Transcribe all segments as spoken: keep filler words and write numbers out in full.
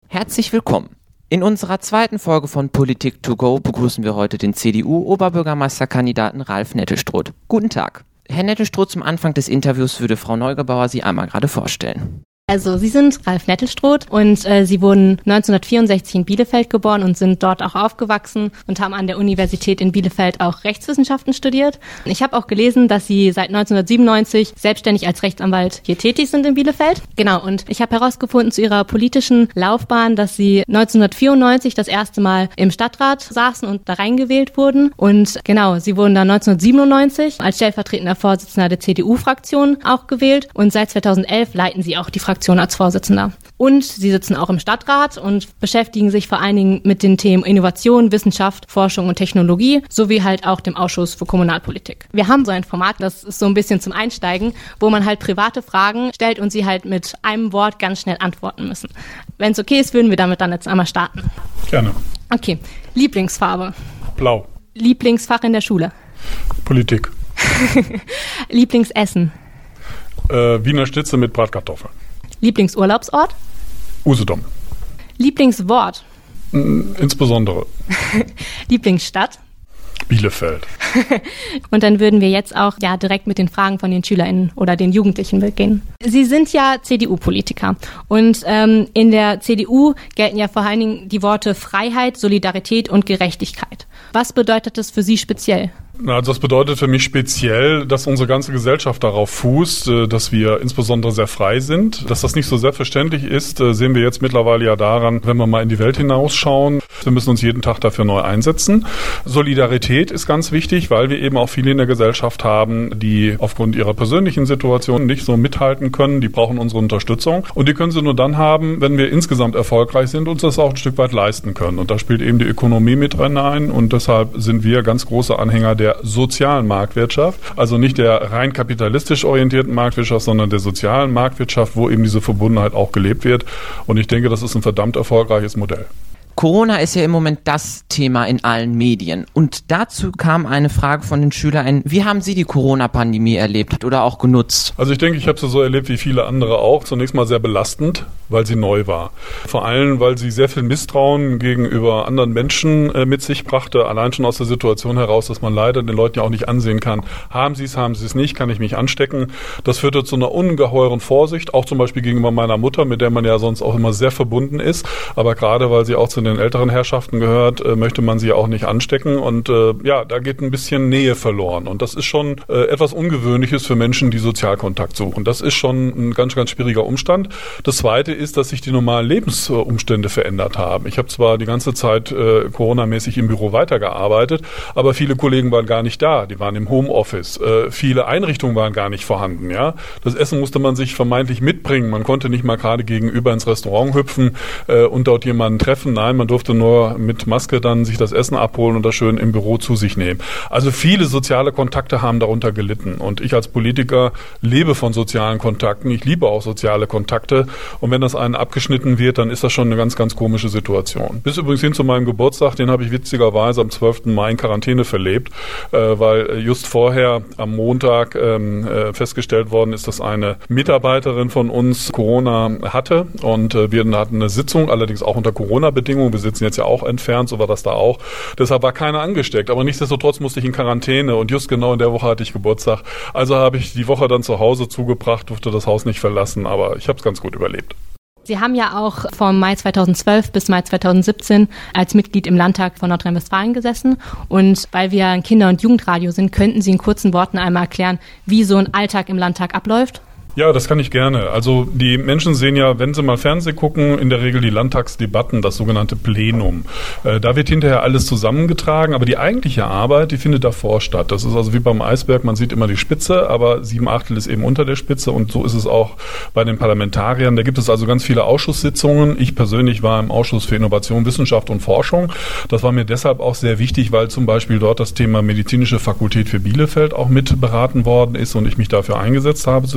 Herzlich willkommen. In unserer zweiten Folge von Politik to go begrüßen wir heute den C D U-Oberbürgermeisterkandidaten Ralf Nettelstroth. Guten Tag. Herr Nettelstroth, zum Anfang des Interviews würde Frau Neugebauer Sie einmal gerade vorstellen. Also Sie sind Ralf Nettelstroth und äh, Sie wurden neunzehnhundertvierundsechzig in Bielefeld geboren und sind dort auch aufgewachsen und haben an der Universität in Bielefeld auch Rechtswissenschaften studiert. Ich habe auch gelesen, dass Sie seit neunzehnhundertsiebenundneunzig selbstständig als Rechtsanwalt hier tätig sind in Bielefeld. Genau, und ich habe herausgefunden zu Ihrer politischen Laufbahn, dass Sie neunzehnhundertvierundneunzig das erste Mal im Stadtrat saßen und da reingewählt wurden. Und genau, Sie wurden dann neunzehnhundertsiebenundneunzig als stellvertretender Vorsitzender der C D U-Fraktion auch gewählt und seit zweitausendelf leiten Sie auch die Fraktion als Vorsitzender. Und Sie sitzen auch im Stadtrat und beschäftigen sich vor allen Dingen mit den Themen Innovation, Wissenschaft, Forschung und Technologie, sowie halt auch dem Ausschuss für Kommunalpolitik. Wir haben so ein Format, das ist so ein bisschen zum Einsteigen, wo man halt private Fragen stellt und sie halt mit einem Wort ganz schnell antworten müssen. Wenn es okay ist, würden wir damit dann jetzt einmal starten. Gerne. Okay. Lieblingsfarbe? Blau. Lieblingsfach in der Schule? Politik. Lieblingsessen? Äh, Wiener Schnitzel mit Bratkartoffeln. Lieblingsurlaubsort? Usedom. Lieblingswort? Mm, insbesondere. Lieblingsstadt? Bielefeld. Und dann würden wir jetzt auch ja direkt mit den Fragen von den SchülerInnen oder den Jugendlichen beginnen. Sie sind ja C D U-Politiker und ähm, in der C D U gelten ja vor allen Dingen die Worte Freiheit, Solidarität und Gerechtigkeit. Was bedeutet das für Sie speziell? Also das bedeutet für mich speziell, dass unsere ganze Gesellschaft darauf fußt, dass wir insbesondere sehr frei sind. Dass das nicht so selbstverständlich ist, sehen wir jetzt mittlerweile ja daran, wenn wir mal in die Welt hinausschauen. Wir müssen uns jeden Tag dafür neu einsetzen. Solidarität ist ganz wichtig, weil wir eben auch viele in der Gesellschaft haben, die aufgrund ihrer persönlichen Situation nicht so mithalten können. Die brauchen unsere Unterstützung. Und die können sie nur dann haben, wenn wir insgesamt erfolgreich sind und uns das auch ein Stück weit leisten können. Und da spielt eben die Ökonomie mit rein. Und deshalb sind wir ganz große Anhänger der sozialen Marktwirtschaft, also nicht der rein kapitalistisch orientierten Marktwirtschaft, sondern der sozialen Marktwirtschaft, wo eben diese Verbundenheit auch gelebt wird. Und ich denke, das ist ein verdammt erfolgreiches Modell. Corona ist ja im Moment das Thema in allen Medien. Und dazu kam eine Frage von den SchülerInnen. Wie haben Sie die Corona-Pandemie erlebt oder auch genutzt? Also ich denke, ich habe sie so erlebt wie viele andere auch. Zunächst mal sehr belastend, weil sie neu war. Vor allem, weil sie sehr viel Misstrauen gegenüber anderen Menschen äh, mit sich brachte. Allein schon aus der Situation heraus, dass man leider den Leuten ja auch nicht ansehen kann. Haben sie es, haben sie es nicht, kann ich mich anstecken. Das führte zu einer ungeheuren Vorsicht, auch zum Beispiel gegenüber meiner Mutter, mit der man ja sonst auch immer sehr verbunden ist. Aber gerade, weil sie auch zu den älteren Herrschaften gehört, äh, möchte man sie auch nicht anstecken und äh, ja, da geht ein bisschen Nähe verloren und das ist schon äh, etwas Ungewöhnliches für Menschen, die Sozialkontakt suchen. Das ist schon ein ganz, ganz schwieriger Umstand. Das Zweite ist, dass sich die normalen Lebensumstände verändert haben. Ich habe zwar die ganze Zeit äh, Corona-mäßig im Büro weitergearbeitet, aber viele Kollegen waren gar nicht da, die waren im Homeoffice. Äh, viele Einrichtungen waren gar nicht vorhanden. Ja, das Essen musste man sich vermeintlich mitbringen. Man konnte nicht mal gerade gegenüber ins Restaurant hüpfen äh, und dort jemanden treffen. Nein, man durfte nur mit Maske dann sich das Essen abholen und das schön im Büro zu sich nehmen. Also viele soziale Kontakte haben darunter gelitten. Und ich als Politiker lebe von sozialen Kontakten. Ich liebe auch soziale Kontakte. Und wenn das einen abgeschnitten wird, dann ist das schon eine ganz, ganz komische Situation. Bis übrigens hin zu meinem Geburtstag, den habe ich witzigerweise am zwölften Mai in Quarantäne verlebt, äh, weil just vorher am Montag ähm, äh, festgestellt worden ist, dass eine Mitarbeiterin von uns Corona hatte. Und äh, wir hatten eine Sitzung, allerdings auch unter Corona-Bedingungen. Wir sitzen jetzt ja auch entfernt, so war das da auch. Deshalb war keiner angesteckt. Aber nichtsdestotrotz musste ich in Quarantäne und just genau in der Woche hatte ich Geburtstag. Also habe ich die Woche dann zu Hause zugebracht, durfte das Haus nicht verlassen, aber ich habe es ganz gut überlebt. Sie haben ja auch vom Mai zweitausendzwölf bis Mai zweitausendsiebzehn als Mitglied im Landtag von Nordrhein-Westfalen gesessen. Und weil wir ein Kinder- und Jugendradio sind, könnten Sie in kurzen Worten einmal erklären, wie so ein Alltag im Landtag abläuft? Ja, das kann ich gerne. Also die Menschen sehen ja, wenn sie mal Fernsehen gucken, in der Regel die Landtagsdebatten, das sogenannte Plenum. Äh, da wird hinterher alles zusammengetragen, aber die eigentliche Arbeit, die findet davor statt. Das ist also wie beim Eisberg, man sieht immer die Spitze, aber sieben Achtel ist eben unter der Spitze und so ist es auch bei den Parlamentariern. Da gibt es also ganz viele Ausschusssitzungen. Ich persönlich war im Ausschuss für Innovation, Wissenschaft und Forschung. Das war mir deshalb auch sehr wichtig, weil zum Beispiel dort das Thema medizinische Fakultät für Bielefeld auch mit beraten worden ist und ich mich dafür eingesetzt habe zu dieser Zeit.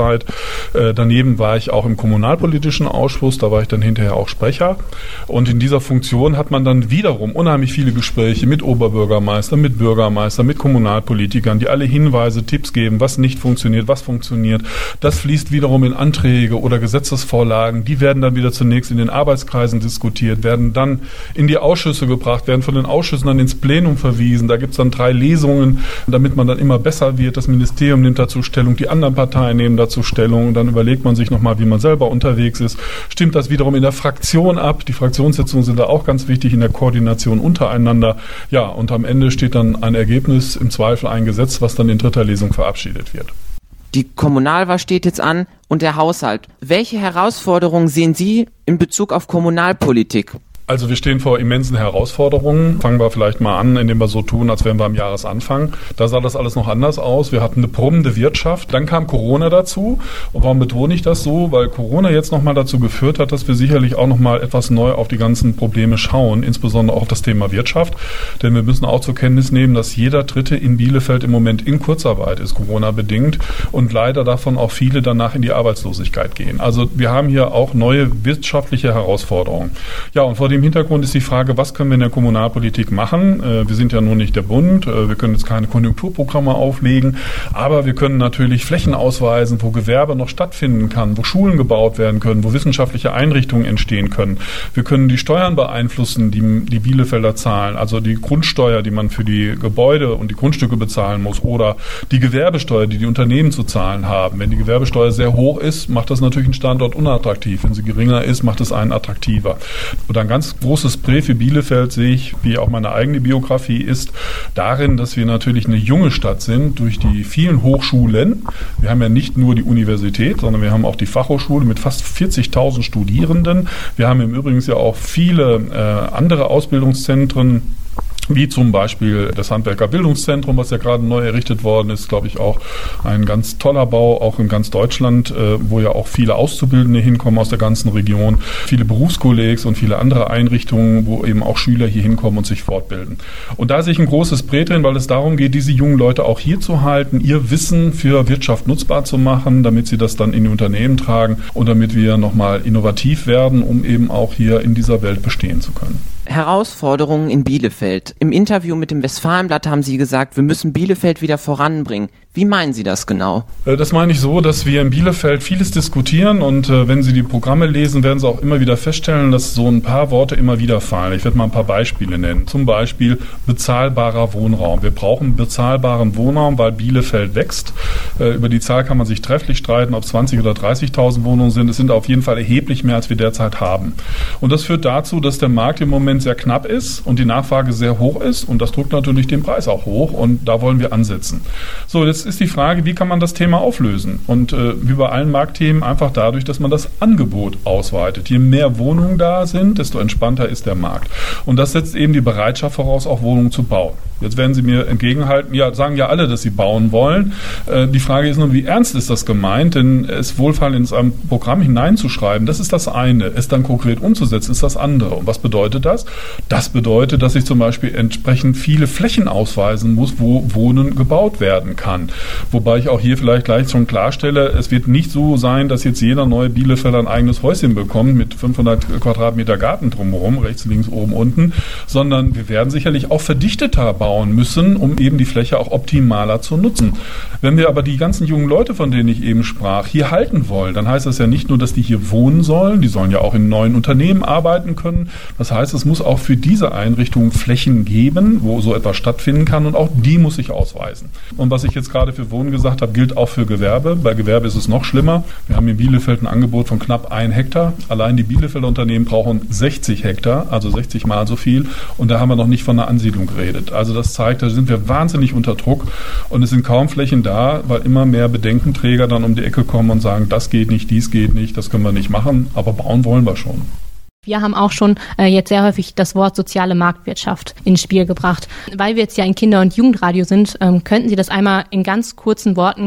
Zeit. Äh, daneben war ich auch im kommunalpolitischen Ausschuss, da war ich dann hinterher auch Sprecher. Und in dieser Funktion hat man dann wiederum unheimlich viele Gespräche mit Oberbürgermeistern, mit Bürgermeistern, mit Kommunalpolitikern, die alle Hinweise, Tipps geben, was nicht funktioniert, was funktioniert. Das fließt wiederum in Anträge oder Gesetzesvorlagen. Die werden dann wieder zunächst in den Arbeitskreisen diskutiert, werden dann in die Ausschüsse gebracht, werden von den Ausschüssen dann ins Plenum verwiesen. Da gibt es dann drei Lesungen, damit man dann immer besser wird. Das Ministerium nimmt dazu Stellung, die anderen Parteien nehmen dazu Stellung. Und dann überlegt man sich nochmal, wie man selber unterwegs ist. Stimmt das wiederum in der Fraktion ab? Die Fraktionssitzungen sind da auch ganz wichtig in der Koordination untereinander. Ja, und am Ende steht dann ein Ergebnis, im Zweifel ein Gesetz, was dann in dritter Lesung verabschiedet wird. Die Kommunalwahl steht jetzt an und der Haushalt. Welche Herausforderungen sehen Sie in Bezug auf Kommunalpolitik? Also wir stehen vor immensen Herausforderungen. Fangen wir vielleicht mal an, indem wir so tun, als wären wir am Jahresanfang. Da sah das alles noch anders aus. Wir hatten eine brummende Wirtschaft. Dann kam Corona dazu. Und warum betone ich das so? Weil Corona jetzt nochmal dazu geführt hat, dass wir sicherlich auch nochmal etwas neu auf die ganzen Probleme schauen, insbesondere auch auf das Thema Wirtschaft. Denn wir müssen auch zur Kenntnis nehmen, dass jeder Dritte in Bielefeld im Moment in Kurzarbeit ist, Corona-bedingt. Und leider davon auch viele danach in die Arbeitslosigkeit gehen. Also wir haben hier auch neue wirtschaftliche Herausforderungen. Ja, und vor dem Hintergrund ist die Frage, was können wir in der Kommunalpolitik machen? Wir sind ja nun nicht der Bund, wir können jetzt keine Konjunkturprogramme auflegen, aber wir können natürlich Flächen ausweisen, wo Gewerbe noch stattfinden kann, wo Schulen gebaut werden können, wo wissenschaftliche Einrichtungen entstehen können. Wir können die Steuern beeinflussen, die die Bielefelder zahlen, also die Grundsteuer, die man für die Gebäude und die Grundstücke bezahlen muss, oder die Gewerbesteuer, die die Unternehmen zu zahlen haben. Wenn die Gewerbesteuer sehr hoch ist, macht das natürlich einen Standort unattraktiv. Wenn sie geringer ist, macht es einen attraktiver. Und ein ganz großes Prä für Bielefeld sehe ich, wie auch meine eigene Biografie ist, darin, dass wir natürlich eine junge Stadt sind durch die vielen Hochschulen. Wir haben ja nicht nur die Universität, sondern wir haben auch die Fachhochschule mit fast vierzigtausend Studierenden. Wir haben im Übrigen ja auch viele äh, andere Ausbildungszentren, wie zum Beispiel das Handwerkerbildungszentrum, was ja gerade neu errichtet worden ist, glaube ich auch ein ganz toller Bau, auch in ganz Deutschland, äh, wo ja auch viele Auszubildende hinkommen aus der ganzen Region, viele Berufskollegs und viele andere Einrichtungen, wo eben auch Schüler hier hinkommen und sich fortbilden. Und da sehe ich ein großes Brett drin, weil es darum geht, diese jungen Leute auch hier zu halten, ihr Wissen für Wirtschaft nutzbar zu machen, damit sie das dann in die Unternehmen tragen und damit wir nochmal innovativ werden, um eben auch hier in dieser Welt bestehen zu können. Herausforderungen in Bielefeld. Im Interview mit dem Westfalenblatt haben Sie gesagt, wir müssen Bielefeld wieder voranbringen. Wie meinen Sie das genau? Das meine ich so, dass wir in Bielefeld vieles diskutieren und äh, wenn Sie die Programme lesen, werden Sie auch immer wieder feststellen, dass so ein paar Worte immer wieder fallen. Ich werde mal ein paar Beispiele nennen. Zum Beispiel bezahlbarer Wohnraum. Wir brauchen bezahlbaren Wohnraum, weil Bielefeld wächst. Äh, über die Zahl kann man sich trefflich streiten, ob es zwanzig oder dreißigtausend Wohnungen sind. Es sind auf jeden Fall erheblich mehr, als wir derzeit haben. Und das führt dazu, dass der Markt im Moment sehr knapp ist und die Nachfrage sehr hoch ist und das drückt natürlich den Preis auch hoch und da wollen wir ansetzen. So, jetzt ist die Frage, wie kann man das Thema auflösen? Und äh, wie bei allen Marktthemen einfach dadurch, dass man das Angebot ausweitet. Je mehr Wohnungen da sind, desto entspannter ist der Markt. Und das setzt eben die Bereitschaft voraus, auch Wohnungen zu bauen. Jetzt werden Sie mir entgegenhalten, ja, sagen ja alle, dass sie bauen wollen. Äh, die Frage ist nun, wie ernst ist das gemeint? Denn es wohlfeil in ein Programm hineinzuschreiben, das ist das eine. Es dann konkret umzusetzen, ist das andere. Und was bedeutet das? Das bedeutet, dass ich zum Beispiel entsprechend viele Flächen ausweisen muss, wo Wohnen gebaut werden kann. Wobei ich auch hier vielleicht gleich schon klarstelle, es wird nicht so sein, dass jetzt jeder neue Bielefelder ein eigenes Häuschen bekommt mit fünfhundert Quadratmeter Garten drumherum, rechts, links, oben, unten, sondern wir werden sicherlich auch verdichteter bauen müssen, um eben die Fläche auch optimaler zu nutzen. Wenn wir aber die ganzen jungen Leute, von denen ich eben sprach, hier halten wollen, dann heißt das ja nicht nur, dass die hier wohnen sollen, die sollen ja auch in neuen Unternehmen arbeiten können. Das heißt, es muss auch für diese Einrichtungen Flächen geben, wo so etwas stattfinden kann und auch die muss ich ausweisen. Und was ich jetzt gerade für Wohnen gesagt habe, gilt auch für Gewerbe. Bei Gewerbe ist es noch schlimmer. Wir haben in Bielefeld ein Angebot von knapp ein Hektar. Allein die Bielefelder Unternehmen brauchen sechzig Hektar, also sechzig Mal so viel. Und da haben wir noch nicht von einer Ansiedlung geredet. Also das zeigt, da sind wir wahnsinnig unter Druck. Und es sind kaum Flächen da, weil immer mehr Bedenkenträger dann um die Ecke kommen und sagen, das geht nicht, dies geht nicht, das können wir nicht machen. Aber bauen wollen wir schon. Wir haben auch schon äh, jetzt sehr häufig das Wort soziale Marktwirtschaft ins Spiel gebracht. Weil wir jetzt ja ein Kinder- und Jugendradio sind, ähm, könnten Sie das einmal in ganz kurzen Worten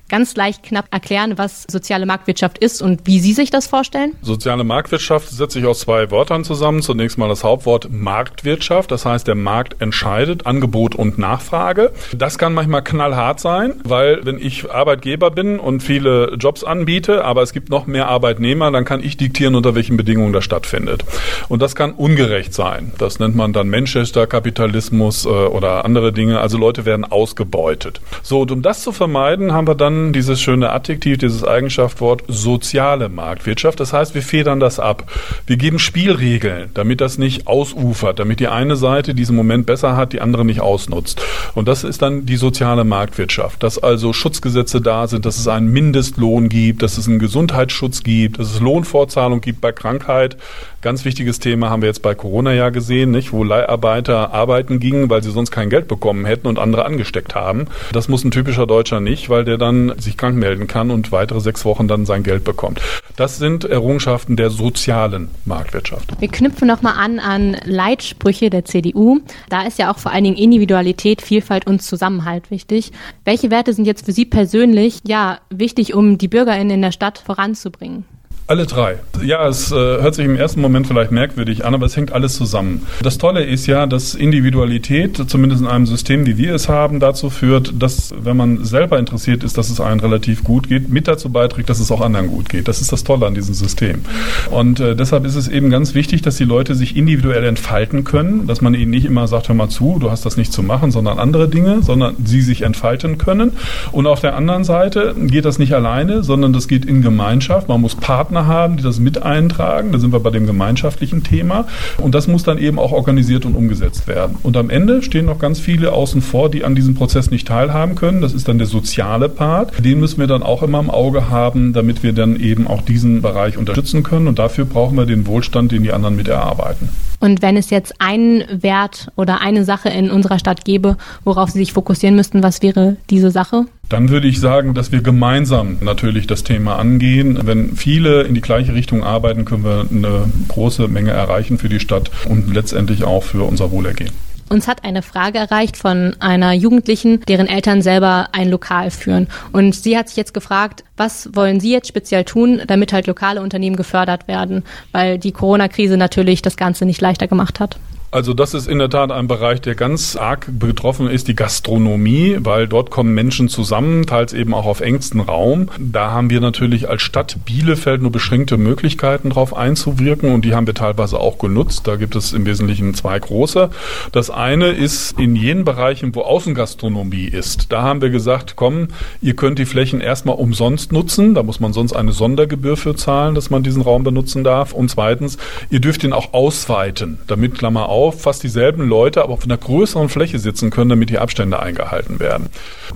ganz leicht knapp erklären, was soziale Marktwirtschaft ist und wie Sie sich das vorstellen? Soziale Marktwirtschaft setzt sich aus zwei Wörtern zusammen. Zunächst mal das Hauptwort Marktwirtschaft. Das heißt, der Markt entscheidet, Angebot und Nachfrage. Das kann manchmal knallhart sein, weil wenn ich Arbeitgeber bin und viele Jobs anbiete, aber es gibt noch mehr Arbeitnehmer, dann kann ich diktieren, unter welchen Bedingungen das stattfindet. Und das kann ungerecht sein. Das nennt man dann Manchester-Kapitalismus äh, oder andere Dinge. Also Leute werden ausgebeutet. So, und um das zu vermeiden, haben wir dann dieses schöne Adjektiv, dieses Eigenschaftswort soziale Marktwirtschaft. Das heißt, wir federn das ab. Wir geben Spielregeln, damit das nicht ausufert, damit die eine Seite diesen Moment besser hat, die andere nicht ausnutzt. Und das ist dann die soziale Marktwirtschaft. Dass also Schutzgesetze da sind, dass es einen Mindestlohn gibt, dass es einen Gesundheitsschutz gibt, dass es Lohnfortzahlung gibt bei Krankheit. Ganz wichtiges Thema haben wir jetzt bei Corona ja gesehen, nicht, wo Leiharbeiter arbeiten gingen, weil sie sonst kein Geld bekommen hätten und andere angesteckt haben. Das muss ein typischer Deutscher nicht, weil der dann sich krank melden kann und weitere sechs Wochen dann sein Geld bekommt. Das sind Errungenschaften der sozialen Marktwirtschaft. Wir knüpfen nochmal an an Leitsprüche der C D U. Da ist ja auch vor allen Dingen Individualität, Vielfalt und Zusammenhalt wichtig. Welche Werte sind jetzt für Sie persönlich ja wichtig, um die BürgerInnen in der Stadt voranzubringen? Alle drei. Ja, es äh, hört sich im ersten Moment vielleicht merkwürdig an, aber es hängt alles zusammen. Das Tolle ist ja, dass Individualität, zumindest in einem System, wie wir es haben, dazu führt, dass, wenn man selber interessiert ist, dass es einem relativ gut geht, mit dazu beiträgt, dass es auch anderen gut geht. Das ist das Tolle an diesem System. Und äh, deshalb ist es eben ganz wichtig, dass die Leute sich individuell entfalten können, dass man ihnen nicht immer sagt, hör mal zu, du hast das nicht zu machen, sondern andere Dinge, sondern sie sich entfalten können. Und auf der anderen Seite geht das nicht alleine, sondern das geht in Gemeinschaft. Man muss Partner haben, die das mit eintragen. Da sind wir bei dem gemeinschaftlichen Thema. Und das muss dann eben auch organisiert und umgesetzt werden. Und am Ende stehen noch ganz viele außen vor, die an diesem Prozess nicht teilhaben können. Das ist dann der soziale Part. Den müssen wir dann auch immer im Auge haben, damit wir dann eben auch diesen Bereich unterstützen können. Und dafür brauchen wir den Wohlstand, den die anderen mit erarbeiten. Und wenn es jetzt einen Wert oder eine Sache in unserer Stadt gäbe, worauf Sie sich fokussieren müssten, was wäre diese Sache? Dann würde ich sagen, dass wir gemeinsam natürlich das Thema angehen. Wenn viele in die gleiche Richtung arbeiten, können wir eine große Menge erreichen für die Stadt und letztendlich auch für unser Wohlergehen. Uns hat eine Frage erreicht von einer Jugendlichen, deren Eltern selber ein Lokal führen. Und sie hat sich jetzt gefragt, was wollen Sie jetzt speziell tun, damit halt lokale Unternehmen gefördert werden, weil die Corona-Krise natürlich das Ganze nicht leichter gemacht hat. Also das ist in der Tat ein Bereich, der ganz arg betroffen ist, die Gastronomie, weil dort kommen Menschen zusammen, teils eben auch auf engstem Raum. Da haben wir natürlich als Stadt Bielefeld nur beschränkte Möglichkeiten, darauf einzuwirken und die haben wir teilweise auch genutzt. Da gibt es im Wesentlichen zwei große. Das eine ist in jenen Bereichen, wo Außengastronomie ist. Da haben wir gesagt, komm, ihr könnt die Flächen erstmal umsonst nutzen. Da muss man sonst eine Sondergebühr für zahlen, dass man diesen Raum benutzen darf. Und zweitens, ihr dürft ihn auch ausweiten, damit, Klammer auf, fast dieselben Leute, aber auf einer größeren Fläche sitzen können, damit die Abstände eingehalten werden.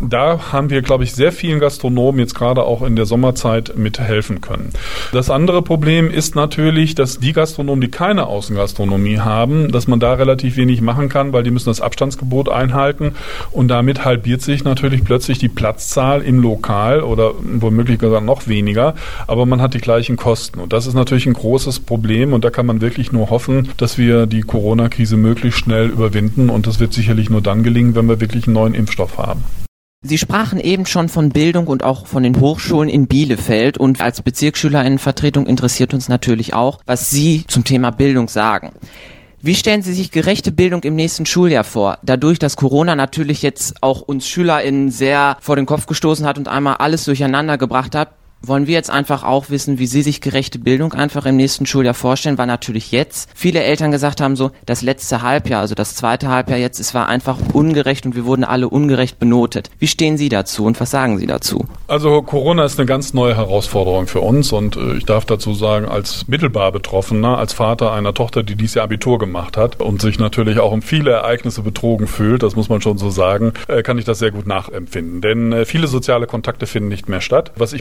Da haben wir, glaube ich, sehr vielen Gastronomen jetzt gerade auch in der Sommerzeit mithelfen können. Das andere Problem ist natürlich, dass die Gastronomen, die keine Außengastronomie haben, dass man da relativ wenig machen kann, weil die müssen das Abstandsgebot einhalten und damit halbiert sich natürlich plötzlich die Platzzahl im Lokal oder womöglich sogar noch weniger, aber man hat die gleichen Kosten und das ist natürlich ein großes Problem und da kann man wirklich nur hoffen, dass wir die Corona-Krise möglichst schnell überwinden und das wird sicherlich nur dann gelingen, wenn wir wirklich einen neuen Impfstoff haben. Sie sprachen eben schon von Bildung und auch von den Hochschulen in Bielefeld und als Bezirksschülerinnenvertretung interessiert uns natürlich auch, was Sie zum Thema Bildung sagen. Wie stellen Sie sich gerechte Bildung im nächsten Schuljahr vor? Dadurch, dass Corona natürlich jetzt auch uns SchülerInnen sehr vor den Kopf gestoßen hat und einmal alles durcheinander gebracht hat, wollen wir jetzt einfach auch wissen, wie Sie sich gerechte Bildung einfach im nächsten Schuljahr vorstellen, weil natürlich jetzt viele Eltern gesagt haben, so das letzte Halbjahr, also das zweite Halbjahr jetzt, es war einfach ungerecht und wir wurden alle ungerecht benotet. Wie stehen Sie dazu und was sagen Sie dazu? Also Corona ist eine ganz neue Herausforderung für uns und äh, ich darf dazu sagen, als mittelbar Betroffener, als Vater einer Tochter, die dieses Jahr Abitur gemacht hat und sich natürlich auch um viele Ereignisse betrogen fühlt, das muss man schon so sagen, äh, kann ich das sehr gut nachempfinden. Denn äh, viele soziale Kontakte finden nicht mehr statt. Was ich persönlich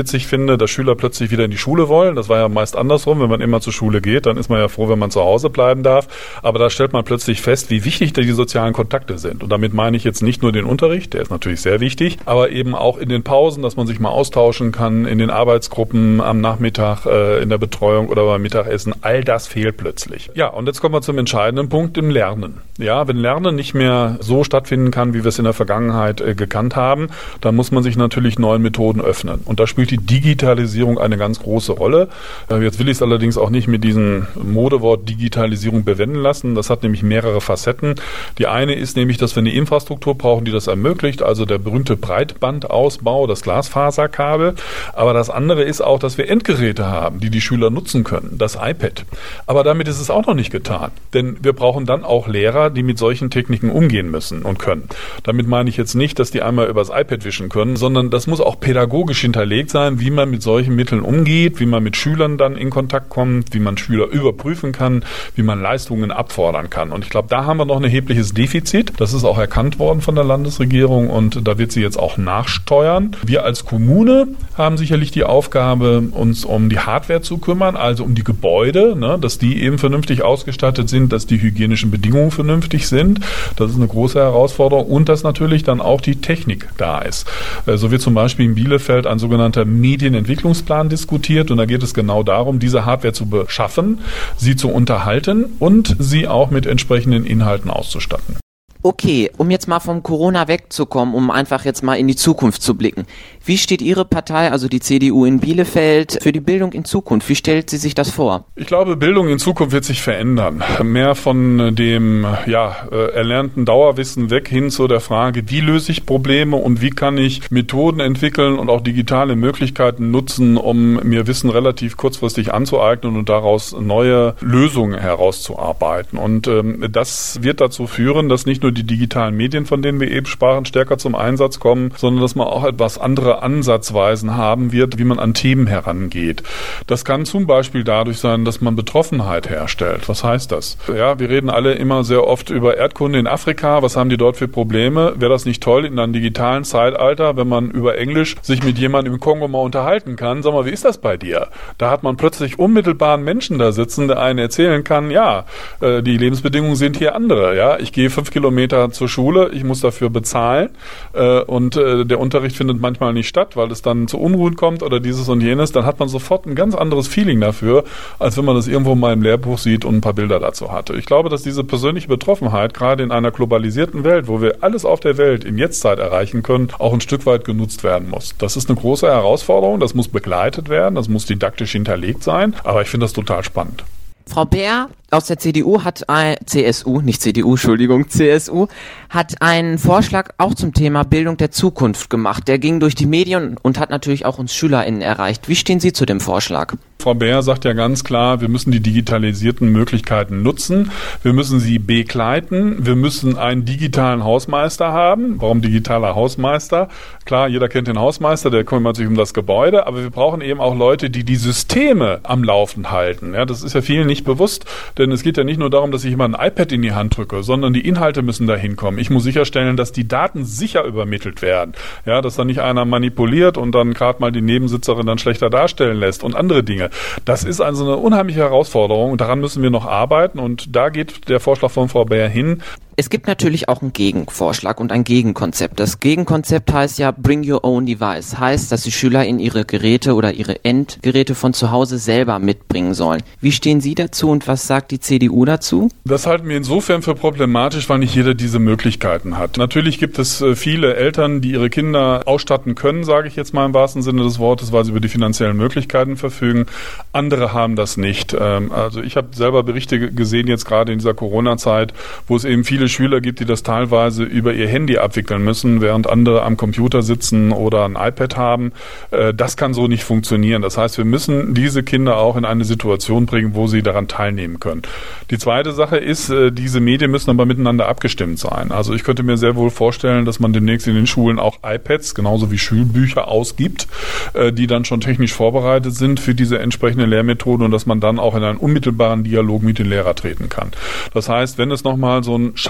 witzig finde, dass Schüler plötzlich wieder in die Schule wollen. Das war ja meist andersrum. Wenn man immer zur Schule geht, dann ist man ja froh, wenn man zu Hause bleiben darf. Aber da stellt man plötzlich fest, wie wichtig da die sozialen Kontakte sind. Und damit meine ich jetzt nicht nur den Unterricht, der ist natürlich sehr wichtig, aber eben auch in den Pausen, dass man sich mal austauschen kann, in den Arbeitsgruppen, am Nachmittag, äh, in der Betreuung oder beim Mittagessen. All das fehlt plötzlich. Ja, und jetzt kommen wir zum entscheidenden Punkt, im Lernen. Ja, wenn Lernen nicht mehr so stattfinden kann, wie wir es in der Vergangenheit äh, gekannt haben, dann muss man sich natürlich neuen Methoden öffnen. Und da spielt die Digitalisierung eine ganz große Rolle. Äh, jetzt will ich es allerdings auch nicht mit diesem Modewort Digitalisierung bewenden lassen. Das hat nämlich mehrere Facetten. Die eine ist nämlich, dass wir eine Infrastruktur brauchen, die das ermöglicht, also der berühmte Breitbandausbau, das Glasfaserkabel. Aber das andere ist auch, dass wir Endgeräte haben, die die Schüler nutzen können, das iPad. Aber damit ist es auch noch nicht getan. Denn wir brauchen dann auch Lehrer, die mit solchen Techniken umgehen müssen und können. Damit meine ich jetzt nicht, dass die einmal übers iPad wischen können, sondern das muss auch pädagogisch hinterlegt sein, wie man mit solchen Mitteln umgeht, wie man mit Schülern dann in Kontakt kommt, wie man Schüler überprüfen kann, wie man Leistungen abfordern kann. Und ich glaube, da haben wir noch ein erhebliches Defizit. Das ist auch erkannt worden von der Landesregierung und da wird sie jetzt auch nachsteuern. Wir als Kommune haben sicherlich die Aufgabe, uns um die Hardware zu kümmern, also um die Gebäude, ne, dass die eben vernünftig ausgestattet sind, dass die hygienischen Bedingungen vernünftig sind. Das ist eine große Herausforderung und dass natürlich dann auch die Technik da ist. So wird zum Beispiel in Bielefeld ein sogenannter Medienentwicklungsplan diskutiert und da geht es genau darum, diese Hardware zu beschaffen, sie zu unterhalten und sie auch mit entsprechenden Inhalten auszustatten. Okay, um jetzt mal vom Corona wegzukommen, um einfach jetzt mal in die Zukunft zu blicken. Wie steht Ihre Partei, also die C D U in Bielefeld, für die Bildung in Zukunft? Wie stellt sie sich das vor? Ich glaube, Bildung in Zukunft wird sich verändern. Mehr von dem ja, erlernten Dauerwissen weg hin zu der Frage, wie löse ich Probleme und wie kann ich Methoden entwickeln und auch digitale Möglichkeiten nutzen, um mir Wissen relativ kurzfristig anzueignen und daraus neue Lösungen herauszuarbeiten. Und ähm, das wird dazu führen, dass nicht nur die digitalen Medien, von denen wir eben sprachen, stärker zum Einsatz kommen, sondern dass man auch etwas andere Ansatzweisen haben wird, wie man an Themen herangeht. Das kann zum Beispiel dadurch sein, dass man Betroffenheit herstellt. Was heißt das? Ja, wir reden alle immer sehr oft über Erdkunde in Afrika. Was haben die dort für Probleme? Wäre das nicht toll in einem digitalen Zeitalter, wenn man über Englisch sich mit jemandem im Kongo mal unterhalten kann? Sag mal, wie ist das bei dir? Da hat man plötzlich unmittelbar einen Menschen da sitzen, der einen erzählen kann, ja, äh, die Lebensbedingungen sind hier andere. Ja, ich gehe fünf Kilometer zur Schule, ich muss dafür bezahlen äh, und äh, der Unterricht findet manchmal nicht statt, weil es dann zu Unruhen kommt oder dieses und jenes, dann hat man sofort ein ganz anderes Feeling dafür, als wenn man das irgendwo mal im Lehrbuch sieht und ein paar Bilder dazu hatte. Ich glaube, dass diese persönliche Betroffenheit gerade in einer globalisierten Welt, wo wir alles auf der Welt in Jetztzeit erreichen können, auch ein Stück weit genutzt werden muss. Das ist eine große Herausforderung, das muss begleitet werden, das muss didaktisch hinterlegt sein, aber ich finde das total spannend. Frau Bär aus der C D U hat ein, C S U, nicht C D U, Entschuldigung, C S U, hat einen Vorschlag auch zum Thema Bildung der Zukunft gemacht. Der ging durch die Medien und hat natürlich auch uns SchülerInnen erreicht. Wie stehen Sie zu dem Vorschlag? Frau Bär sagt ja ganz klar, wir müssen die digitalisierten Möglichkeiten nutzen. Wir müssen sie begleiten. Wir müssen einen digitalen Hausmeister haben. Warum digitaler Hausmeister? Klar, jeder kennt den Hausmeister, der kümmert sich um das Gebäude, aber wir brauchen eben auch Leute, die die Systeme am Laufen halten. Ja, das ist ja vielen nicht bewusst, denn es geht ja nicht nur darum, dass ich jemand ein iPad in die Hand drücke, sondern die Inhalte müssen da hinkommen. Ich muss sicherstellen, dass die Daten sicher übermittelt werden. Ja, dass da nicht einer manipuliert und dann gerade mal die Nebensitzerin dann schlechter darstellen lässt und andere Dinge. Das ist also eine unheimliche Herausforderung und daran müssen wir noch arbeiten und da geht der Vorschlag von Frau Bär hin. Es gibt natürlich auch einen Gegenvorschlag und ein Gegenkonzept. Das Gegenkonzept heißt ja Bring Your Own Device. Heißt, dass die Schüler in ihre Geräte oder ihre Endgeräte von zu Hause selber mitbringen sollen. Wie stehen Sie dazu und was sagt die C D U dazu? Das halten wir insofern für problematisch, weil nicht jeder diese Möglichkeiten hat. Natürlich gibt es viele Eltern, die ihre Kinder ausstatten können, sage ich jetzt mal im wahrsten Sinne des Wortes, weil sie über die finanziellen Möglichkeiten verfügen. Andere haben das nicht. Also ich habe selber Berichte gesehen, jetzt gerade in dieser Corona-Zeit, wo es eben viele Schüler gibt, die das teilweise über ihr Handy abwickeln müssen, während andere am Computer sitzen oder ein iPad haben. Das kann so nicht funktionieren. Das heißt, wir müssen diese Kinder auch in eine Situation bringen, wo sie daran teilnehmen können. Die zweite Sache ist, diese Medien müssen aber miteinander abgestimmt sein. Also ich könnte mir sehr wohl vorstellen, dass man demnächst in den Schulen auch iPads, genauso wie Schulbücher ausgibt, die dann schon technisch vorbereitet sind für diese entsprechende Lehrmethode und dass man dann auch in einen unmittelbaren Dialog mit den Lehrern treten kann. Das heißt, wenn es nochmal so ein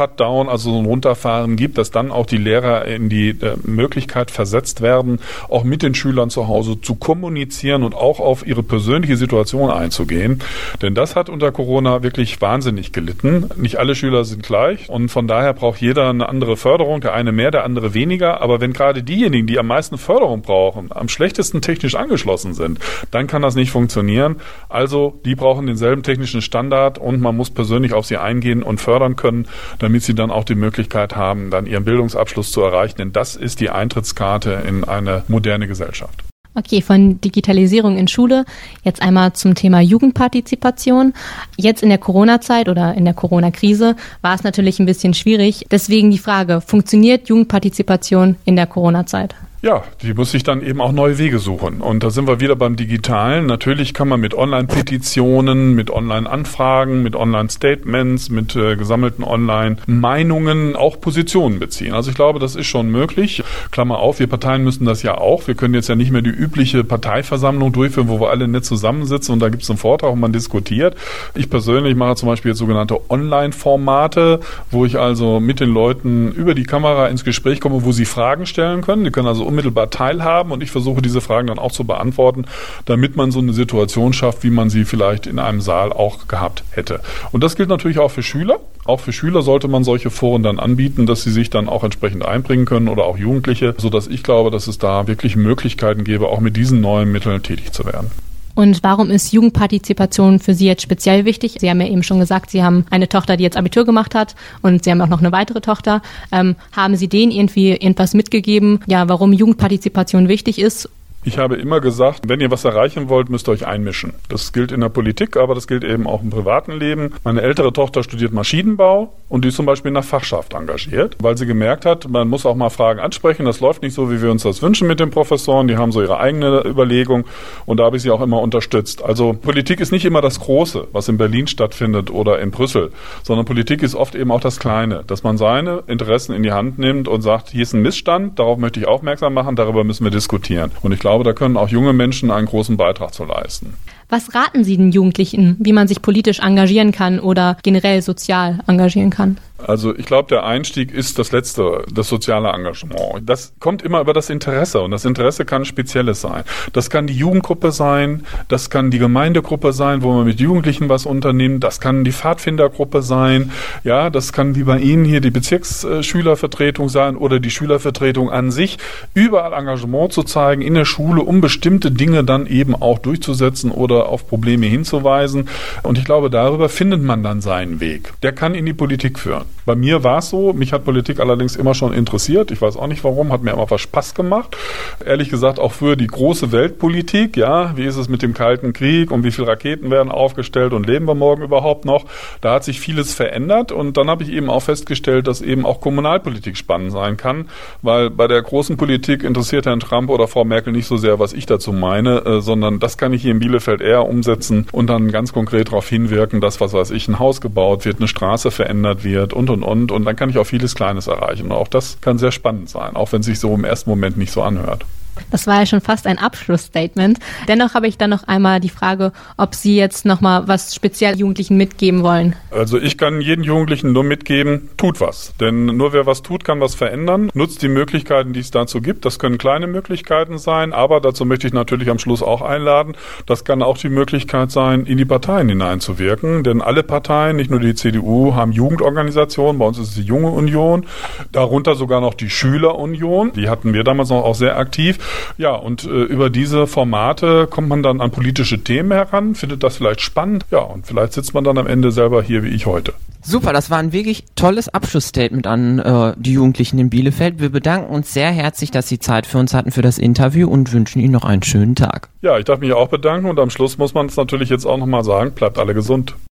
Shutdown, also so ein Runterfahren gibt, dass dann auch die Lehrer in die äh, Möglichkeit versetzt werden, auch mit den Schülern zu Hause zu kommunizieren und auch auf ihre persönliche Situation einzugehen. Denn das hat unter Corona wirklich wahnsinnig gelitten. Nicht alle Schüler sind gleich und von daher braucht jeder eine andere Förderung, der eine mehr, der andere weniger. Aber wenn gerade diejenigen, die am meisten Förderung brauchen, am schlechtesten technisch angeschlossen sind, dann kann das nicht funktionieren. Also die brauchen denselben technischen Standard und man muss persönlich auf sie eingehen und fördern können, damit sie dann auch die Möglichkeit haben, dann ihren Bildungsabschluss zu erreichen. Denn das ist die Eintrittskarte in eine moderne Gesellschaft. Okay, von Digitalisierung in Schule jetzt einmal zum Thema Jugendpartizipation. Jetzt in der Corona-Zeit oder in der Corona-Krise war es natürlich ein bisschen schwierig. Deswegen die Frage, funktioniert Jugendpartizipation in der Corona-Zeit? Ja, die muss sich dann eben auch neue Wege suchen. Und da sind wir wieder beim Digitalen. Natürlich kann man mit Online-Petitionen, mit Online-Anfragen, mit Online-Statements, mit äh, gesammelten Online-Meinungen auch Positionen beziehen. Also ich glaube, das ist schon möglich. Klammer auf, wir Parteien müssen das ja auch. Wir können jetzt ja nicht mehr die übliche Parteiversammlung durchführen, wo wir alle nett zusammensitzen und da gibt es einen Vortrag und man diskutiert. Ich persönlich mache zum Beispiel jetzt sogenannte Online-Formate, wo ich also mit den Leuten über die Kamera ins Gespräch komme, wo sie Fragen stellen können. Die können also unmittelbar teilhaben und ich versuche diese Fragen dann auch zu beantworten, damit man so eine Situation schafft, wie man sie vielleicht in einem Saal auch gehabt hätte. Und das gilt natürlich auch für Schüler. Auch für Schüler sollte man solche Foren dann anbieten, dass sie sich dann auch entsprechend einbringen können oder auch Jugendliche, sodass ich glaube, dass es da wirklich Möglichkeiten gäbe, auch mit diesen neuen Mitteln tätig zu werden. Und warum ist Jugendpartizipation für Sie jetzt speziell wichtig? Sie haben ja eben schon gesagt, Sie haben eine Tochter, die jetzt Abitur gemacht hat und Sie haben auch noch eine weitere Tochter. Ähm, haben Sie denen irgendwie irgendwas mitgegeben, ja, warum Jugendpartizipation wichtig ist? Ich habe immer gesagt, wenn ihr was erreichen wollt, müsst ihr euch einmischen. Das gilt in der Politik, aber das gilt eben auch im privaten Leben. Meine ältere Tochter studiert Maschinenbau und die ist zum Beispiel in der Fachschaft engagiert, weil sie gemerkt hat, man muss auch mal Fragen ansprechen. Das läuft nicht so, wie wir uns das wünschen mit den Professoren. Die haben so ihre eigene Überlegung und da habe ich sie auch immer unterstützt. Also Politik ist nicht immer das Große, was in Berlin stattfindet oder in Brüssel, sondern Politik ist oft eben auch das Kleine, dass man seine Interessen in die Hand nimmt und sagt, hier ist ein Missstand, darauf möchte ich aufmerksam machen, darüber müssen wir diskutieren. Und ich glaube, Ich glaube, da können auch junge Menschen einen großen Beitrag zu leisten. Was raten Sie den Jugendlichen, wie man sich politisch engagieren kann oder generell sozial engagieren kann? Also ich glaube, der Einstieg ist das Letzte, das soziale Engagement. Das kommt immer über das Interesse und das Interesse kann spezielles sein. Das kann die Jugendgruppe sein, das kann die Gemeindegruppe sein, wo man mit Jugendlichen was unternimmt, das kann die Pfadfindergruppe sein, ja, das kann wie bei Ihnen hier die Bezirksschülervertretung sein oder die Schülervertretung an sich. Überall Engagement zu zeigen in der Schule, um bestimmte Dinge dann eben auch durchzusetzen oder auf Probleme hinzuweisen. Und ich glaube, darüber findet man dann seinen Weg. Der kann in die Politik führen. Bei mir war es so, mich hat Politik allerdings immer schon interessiert. Ich weiß auch nicht warum, hat mir immer was Spaß gemacht. Ehrlich gesagt auch für die große Weltpolitik, ja, wie ist es mit dem Kalten Krieg und wie viele Raketen werden aufgestellt und leben wir morgen überhaupt noch? Da hat sich vieles verändert und dann habe ich eben auch festgestellt, dass eben auch Kommunalpolitik spannend sein kann, weil bei der großen Politik interessiert Herrn Trump oder Frau Merkel nicht so sehr, was ich dazu meine, äh, sondern das kann ich hier in Bielefeld eher umsetzen und dann ganz konkret darauf hinwirken, dass, was weiß ich, ein Haus gebaut wird, eine Straße verändert wird und und und und dann kann ich auch vieles Kleines erreichen. Und auch das kann sehr spannend sein, auch wenn es sich so im ersten Moment nicht so anhört. Das war ja schon fast ein Abschlussstatement. Dennoch habe ich dann noch einmal die Frage, ob Sie jetzt noch mal was speziell Jugendlichen mitgeben wollen. Also ich kann jeden Jugendlichen nur mitgeben, tut was. Denn nur wer was tut, kann was verändern. Nutzt die Möglichkeiten, die es dazu gibt. Das können kleine Möglichkeiten sein, aber dazu möchte ich natürlich am Schluss auch einladen. Das kann auch die Möglichkeit sein, in die Parteien hineinzuwirken. Denn alle Parteien, nicht nur die C D U, haben Jugendorganisationen. Bei uns ist es die Junge Union. Darunter sogar noch die Schülerunion. Die hatten wir damals noch auch sehr aktiv. Ja, und äh, über diese Formate kommt man dann an politische Themen heran, findet das vielleicht spannend. Ja, und vielleicht sitzt man dann am Ende selber hier wie ich heute. Super, das war ein wirklich tolles Abschlussstatement an äh, die Jugendlichen in Bielefeld. Wir bedanken uns sehr herzlich, dass Sie Zeit für uns hatten für das Interview und wünschen Ihnen noch einen schönen Tag. Ja, ich darf mich auch bedanken und am Schluss muss man es natürlich jetzt auch nochmal sagen, bleibt alle gesund.